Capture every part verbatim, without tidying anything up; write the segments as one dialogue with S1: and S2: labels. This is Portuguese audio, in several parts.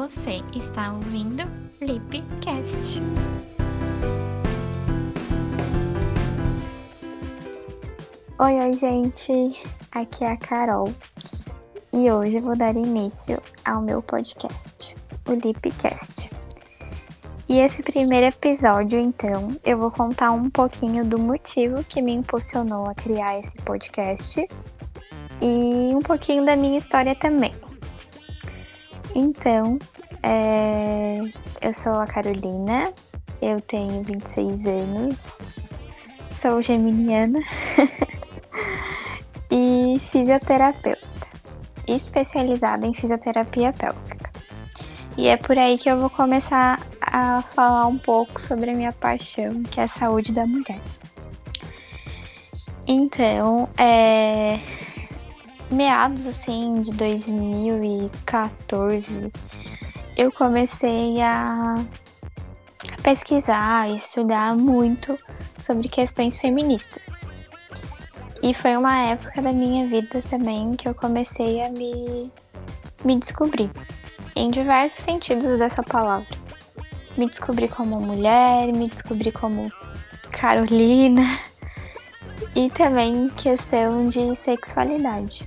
S1: Você está ouvindo Lipcast.
S2: Oi, oi, gente! Aqui é a Carol e hoje eu vou dar início ao meu podcast, o Lipcast. E esse primeiro episódio, então, eu vou contar um pouquinho do motivo que me impulsionou a criar esse podcast e um pouquinho da minha história também. Então, é... eu sou a Carolina, eu tenho vinte e seis anos, sou geminiana e fisioterapeuta, especializada em fisioterapia pélvica. E é por aí que eu vou começar a falar um pouco sobre a minha paixão, que é a saúde da mulher. Então, é... meados assim de dois mil e quatorze, eu comecei a pesquisar e estudar muito sobre questões feministas. E foi uma época da minha vida também que eu comecei a me, me descobrir, em diversos sentidos dessa palavra. Me descobri como mulher, me descobri como Carolina e também questão de sexualidade.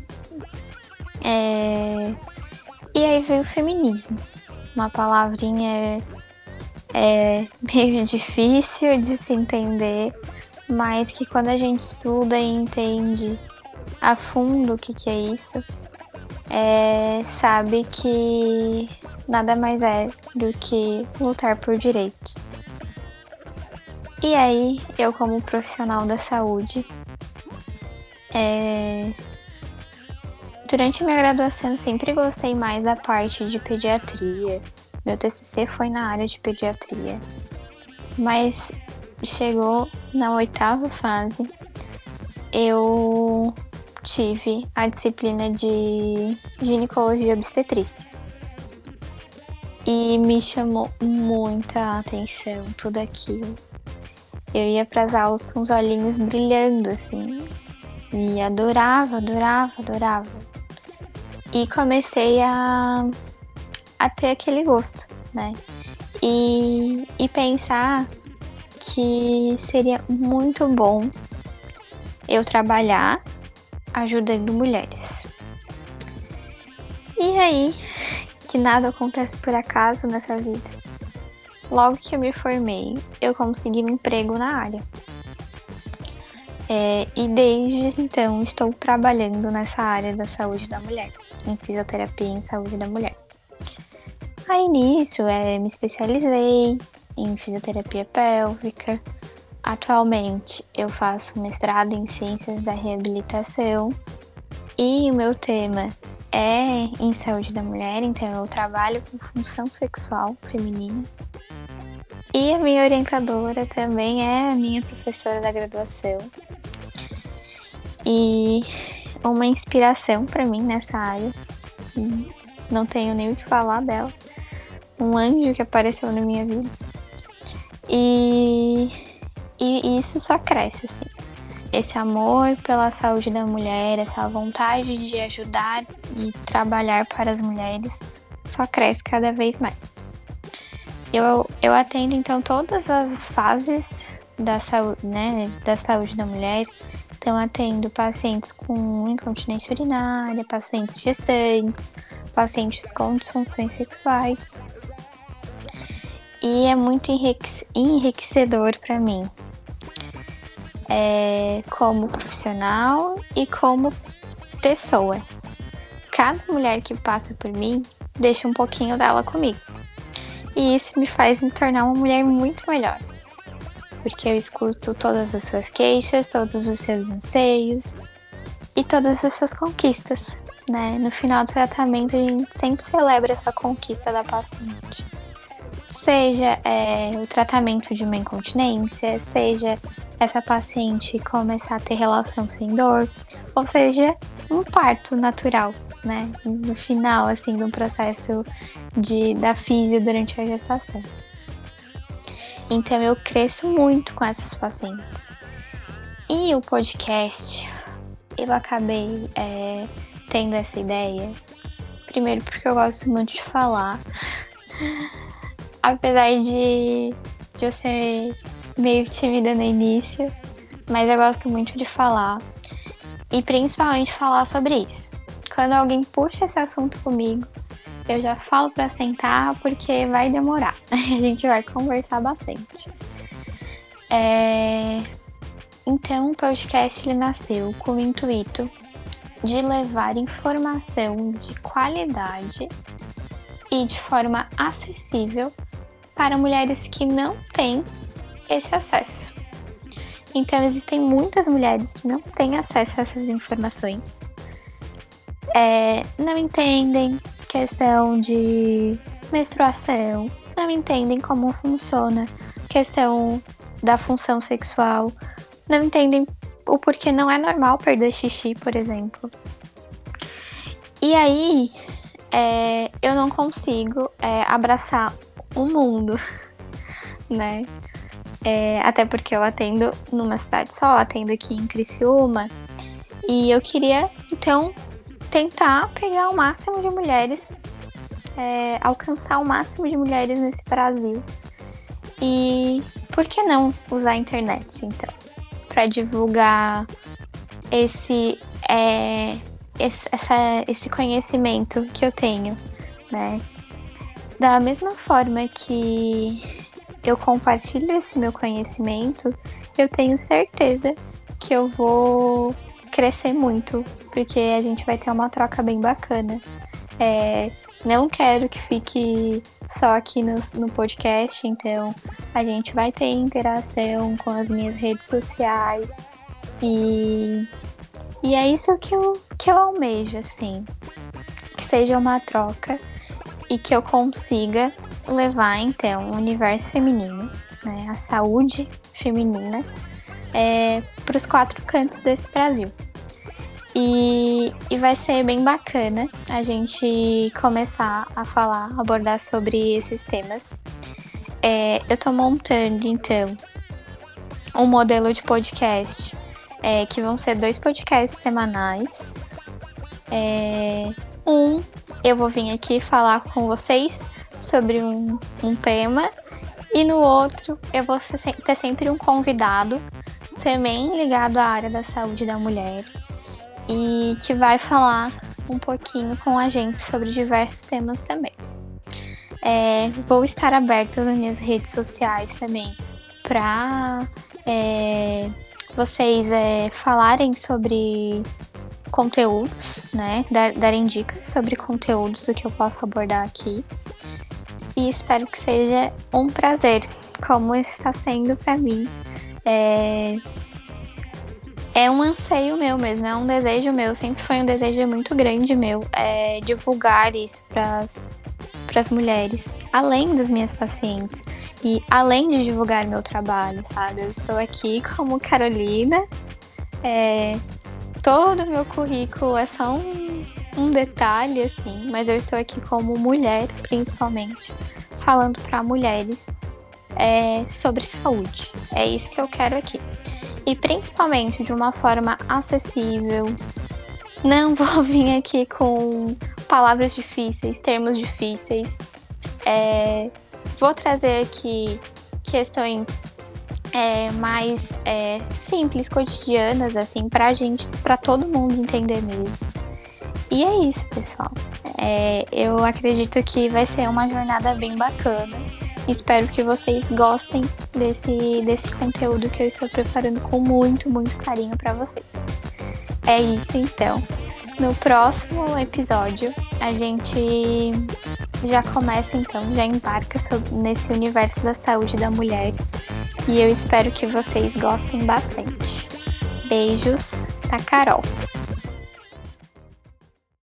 S2: É... E aí veio o feminismo, uma palavrinha é, meio difícil de se entender, mas que quando a gente estuda e entende a fundo o que, que é isso, é, sabe que nada mais é do que lutar por direitos. E aí, eu como profissional da saúde, é, durante a minha graduação eu sempre gostei mais da parte de pediatria. Meu T C C foi na área de pediatria, mas chegou na oitava fase, eu tive a disciplina de ginecologia e obstetrícia. E me chamou muita atenção tudo aquilo. Eu ia para as aulas com os olhinhos brilhando, assim, e adorava, adorava, adorava. E comecei a, a ter aquele gosto, né? E, e pensar que seria muito bom eu trabalhar ajudando mulheres. E aí, que nada acontece por acaso nessa vida. Logo que eu me formei, eu consegui um emprego na área. É, e desde então estou trabalhando nessa área da saúde da mulher, em fisioterapia em saúde da mulher. Aí nisso, é, me especializei em fisioterapia pélvica. Atualmente eu faço mestrado em ciências da reabilitação e o meu tema é em saúde da mulher, então eu trabalho com função sexual feminina. E a minha orientadora também é a minha professora da graduação. E uma inspiração para mim nessa área. Não tenho nem o que falar dela. Um anjo que apareceu na minha vida. E, e isso só cresce, assim. Esse amor pela saúde da mulher, essa vontade de ajudar e trabalhar para as mulheres só cresce cada vez mais. Eu, eu atendo, então, todas as fases da saúde, né, da saúde da mulher. Então, atendo pacientes com incontinência urinária, pacientes gestantes, pacientes com disfunções sexuais. E é muito enriquecedor para mim, é, como profissional e como pessoa. Cada mulher que passa por mim deixa um pouquinho dela comigo. E isso me faz me tornar uma mulher muito melhor. Porque eu escuto todas as suas queixas, todos os seus anseios e todas as suas conquistas, né? No final do tratamento, a gente sempre celebra essa conquista da paciente. Seja é, o tratamento de uma incontinência, seja essa paciente começar a ter relação sem dor, ou seja, um parto natural, né? No final, assim, do processo de, da fisio durante a gestação. Então, eu cresço muito com essas pacientes. E o podcast, eu acabei é, tendo essa ideia Primeiro porque eu gosto muito de falar. Apesar de, de eu ser meio tímida no início, mas eu gosto muito de falar. E principalmente falar sobre isso. Quando alguém puxa esse assunto comigo, eu já falo pra sentar porque vai demorar. A gente vai conversar bastante. É... Então, o podcast ele nasceu com o intuito de levar informação de qualidade e de forma acessível para mulheres que não têm esse acesso. Então, existem muitas mulheres que não têm acesso a essas informações, é, não entendem questão de menstruação, não entendem como funciona questão da função sexual, não entendem o porquê não é normal perder xixi, por exemplo. E aí, é, eu não consigo é, abraçar o mundo, né? É, até porque eu atendo numa cidade só, atendo aqui em Criciúma. E eu queria, então, tentar pegar o máximo de mulheres, é, alcançar o máximo de mulheres nesse Brasil. E por que não usar a internet, então? Para divulgar esse, é, esse, essa, esse conhecimento que eu tenho, né? Da mesma forma que eu compartilho esse meu conhecimento, eu tenho certeza que eu vou crescer muito, porque a gente vai ter uma troca bem bacana. É, não quero que fique só aqui no, no podcast, então a gente vai ter interação com as minhas redes sociais e, e é isso que eu, que eu almejo, assim, que seja uma troca e que eu consiga levar, então, o universo feminino, né, a saúde feminina, é, para os quatro cantos desse Brasil. E, e vai ser bem bacana a gente começar a falar, abordar sobre esses temas. É, eu tô montando, então, um modelo de podcast, é, que vão ser dois podcasts semanais. É, um, eu vou vir aqui falar com vocês sobre um, um tema, e no outro eu vou ter sempre um convidado, também ligado à área da saúde da mulher, e que vai falar um pouquinho com a gente sobre diversos temas também. É, vou estar aberta nas minhas redes sociais também para é, vocês é, falarem sobre conteúdos, né? Dar, darem dicas sobre conteúdos do que eu posso abordar aqui. E espero que seja um prazer, como está sendo para mim. É... É um anseio meu mesmo, é um desejo meu, sempre foi um desejo muito grande meu, é divulgar isso para as mulheres, além das minhas pacientes, e além de divulgar meu trabalho, sabe? Eu estou aqui como Carolina, é, todo o meu currículo é só um, um detalhe, assim, mas eu estou aqui como mulher, principalmente, falando para mulheres é, sobre saúde, é isso que eu quero aqui. E principalmente de uma forma acessível. Não vou vir aqui com palavras difíceis, termos difíceis. É, vou trazer aqui questões é, mais é, simples, cotidianas, assim, pra gente, pra todo mundo entender mesmo. E é isso, pessoal. É, eu acredito que vai ser uma jornada bem bacana. Espero que vocês gostem desse, desse conteúdo que eu estou preparando com muito, muito carinho para vocês. É isso, então. No próximo episódio, a gente já começa, então, já embarca sobre, nesse universo da saúde da mulher. E eu espero que vocês gostem bastante. Beijos da Carol.